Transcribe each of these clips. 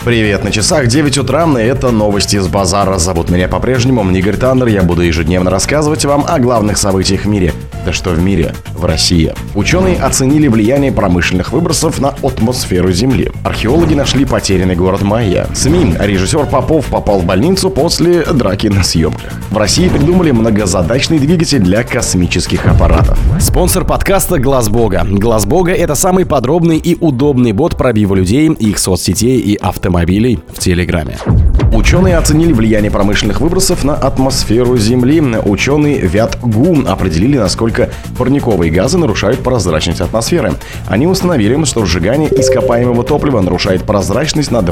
Привет, на часах 9 утра, и это новости с базара. Зовут меня по-прежнему Игорь Таннер. Я буду ежедневно рассказывать вам о главных событиях в мире. Да что в мире? В России. Ученые оценили влияние промышленных выбросов на атмосферу Земли. Археологи нашли потерянный город Майя. СМИ. Режиссер Попов попал в больницу после драки на съемках. В России придумали многозадачный двигатель для космических аппаратов. Спонсор подкаста Глаз Бога. Глаз Бога — это самый подробный и удобный бот пробива людей, их соцсетей и автомобилей в Телеграме. Ученые оценили влияние промышленных выбросов на атмосферу Земли. Ученые ВЯТ-ГУ определили, насколько парниковые газы нарушают прозрачность атмосферы. Они установили, что сжигание ископаемого топлива нарушает прозрачность на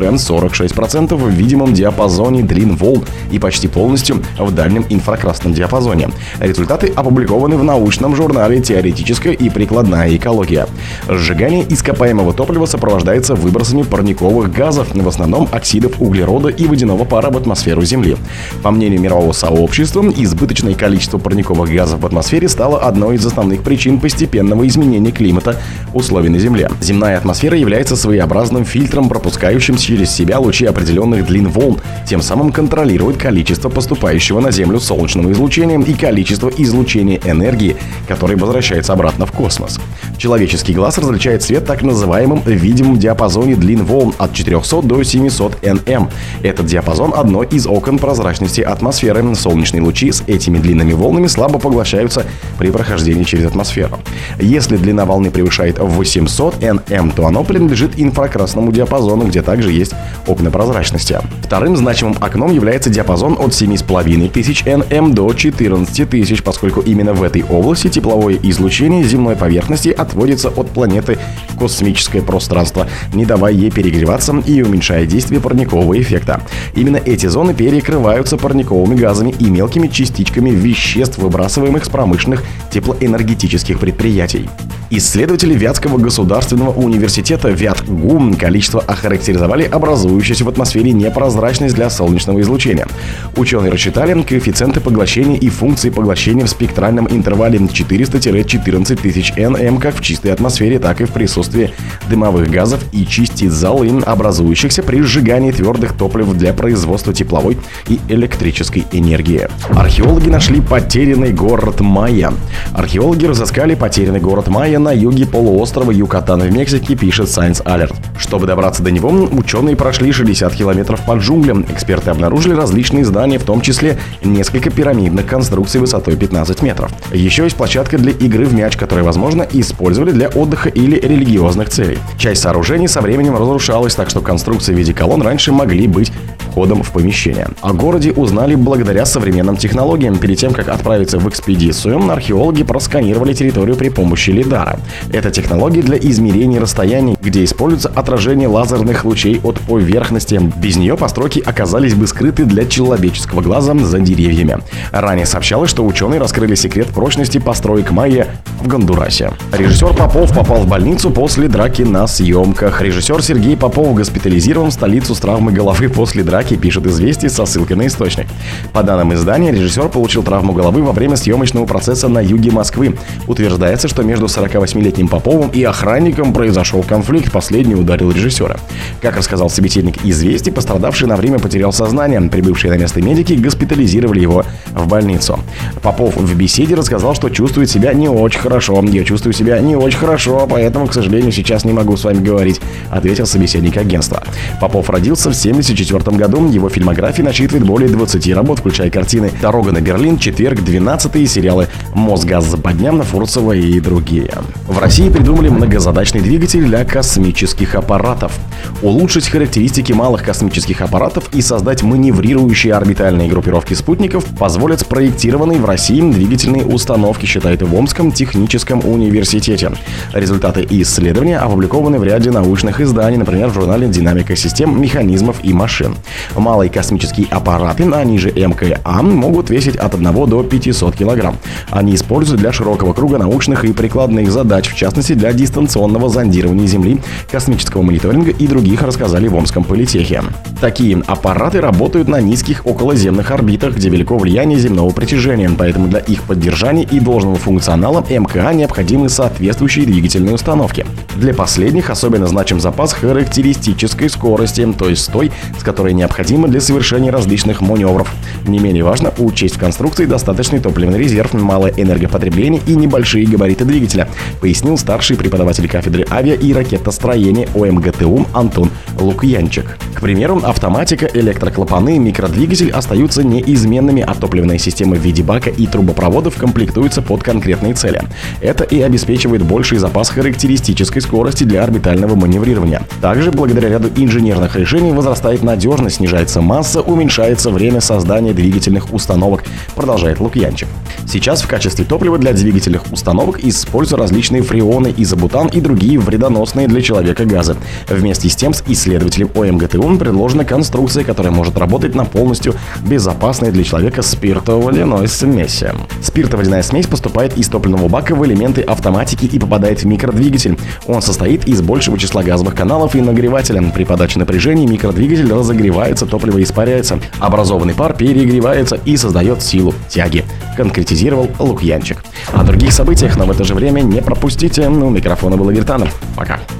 20-46% в видимом диапазоне длин волн и почти полностью в дальнем инфракрасном диапазоне. Результаты опубликованы в научном журнале «Теоретическая и прикладная экология». Сжигание ископаемого топлива сопровождается выбросами парниковых газов, в основном оксидов углерода и водяного пара в атмосферу Земли. По мнению мирового сообщества, избыточное количество парниковых газов в атмосфере стало одной из основных причин постепенного изменения климата условий на Земле. Земная атмосфера является своеобразным фильтром, пропускающим через себя лучи определенных длин волн, тем самым контролирует количество поступающего на Землю солнечного излучения и количество излучения энергии, которое возвращается обратно в космос. Человеческий глаз различает свет в так называемом видимом диапазоне длин волн от 400 до 700 нм. Этот диапазон – одно из окон прозрачности атмосферы. Солнечные лучи с этими длинными волнами слабо поглощаются при прохождении через атмосферу. Если длина волны превышает 800 нм, то оно принадлежит инфракрасному диапазону, где также есть окна прозрачности. Вторым значимым окном является диапазон от 7500 нм до 14000, поскольку именно в этой области тепловое излучение земной поверхности отводится от планеты в космическое пространство, не давая ей перегреваться и уменьшая действие парникового эффекта. Именно эти зоны перекрываются парниковыми газами и мелкими частичками веществ, выбрасываемых с промышленных теплоэнергетических предприятий. Исследователи Вятского государственного университета ВЯТ-ГУ количество охарактеризовали образующуюся в атмосфере непрозрачность для солнечного излучения. Ученые рассчитали коэффициенты поглощения и функции поглощения в спектральном интервале 400-14 тысяч нм как в чистой атмосфере, так и в присутствии дымовых газов и частиц золы, образующихся при сжигании твердых топлив для производства тепловой и электрической энергии. Археологи нашли потерянный город Майя. Археологи разыскали потерянный город Майя на юге полуострова Юкатан в Мексике, пишет Science Alert. Чтобы добраться до него, ученые прошли 60 километров по джунглям. Эксперты обнаружили различные здания, в том числе несколько пирамидных конструкций высотой 15 метров. Еще есть площадка для игры в мяч, которую, возможно, использовали для отдыха или религиозных целей. Часть сооружений со временем разрушалась, так что конструкции в виде колонн раньше могли быть входом в помещение. О городе узнали благодаря современным технологиям. Перед тем, как отправиться в экспедицию, археологи просканировали территорию при помощи лидара. Это технология для измерения расстояний, где используется отражение лазерных лучей от поверхности. Без нее постройки оказались бы скрыты для человеческого глаза за деревьями. Ранее сообщалось, что ученые раскрыли секрет прочности построек майя в Гондурасе. Режиссер Попов попал в больницу после драки на съемках. Режиссер Сергей Попов госпитализирован в столицу с травмой головы после драки, пишет «Известия» со ссылкой на источник. По данным издания, режиссер получил травму головы во время съемочного процесса на юге Москвы. Утверждается, что между 48-летним Поповым и охранником произошел конфликт, последний ударил режиссера. Как рассказал собеседник «Известий», пострадавший на время потерял сознание. Прибывшие на место медики госпитализировали его в больницу. Попов в беседе рассказал, что чувствует себя не очень хорошо. «Я чувствую себя не очень хорошо, поэтому, к сожалению, сейчас не могу с вами говорить», ответил собеседник агентства. Попов родился в 1974 году. Его фильмография насчитывает более 20 работ, включая картины «Дорога на Берлин», «Четверг», «12», сериалы «Мосгаз западня», «Фурцева» и другие. В России придумали многозадачный двигатель для космических аппаратов. Улучшить характеристики малых космических аппаратов и создать маневрирующие орбитальные группировки спутников позволят спроектированные в России двигательные установки, считает в Омском техническом университете. Результаты исследования опубликованы в ряде научных изданий, например, в журнале «Динамика систем, механизмов и машин». Малые космические аппараты, они же МКА, могут весить от 1 до 500 кг. Они используют для широкого круга научных и прикладных задач, в частности для дистанционного зондирования Земли, космического мониторинга и других, рассказали в Омском политехе. Такие аппараты работают на низких околоземных орбитах, где велико влияние земного притяжения, поэтому для их поддержания и должного функционала МКА необходимы соответствующие двигательные установки. Для последних особенно значим запас характеристик критической скорости, то есть с той, с которой необходимо для совершения различных маневров. Не менее важно учесть в конструкции достаточный топливный резерв, малое энергопотребление и небольшие габариты двигателя, пояснил старший преподаватель кафедры авиа- и ракетостроения ОМГТУ Антон Лукьянчик. К примеру, автоматика, электроклапаны, микродвигатель остаются неизменными, а топливная система в виде бака и трубопроводов комплектуется под конкретные цели. Это и обеспечивает больший запас характеристической скорости для орбитального маневрирования. Также, благодаря ряду инженерных решений, возрастает надежность, снижается масса, уменьшается время создания двигательных установок, продолжает Лукьянчик. Сейчас в качестве топлива для двигательных установок используются различные фреоны, изобутан и другие вредоносные для человека газы. Вместе с тем, с исследователем ОМГТУ предложена конструкция, которая может работать на полностью безопасной для человека спиртово-водяной смеси. Спиртоводяная смесь поступает из топливного бака в элементы автоматики и попадает в микродвигатель. Он состоит из большего числа газовых каналов и нагревателя. При подаче напряжения микродвигатель разогревается, топливо испаряется. Образованный пар перегревается и создает силу тяги, конкретизировал Лукьянчик. О других событиях, но в это же время не пропустите. У микрофона был Игорь Таннер. Пока.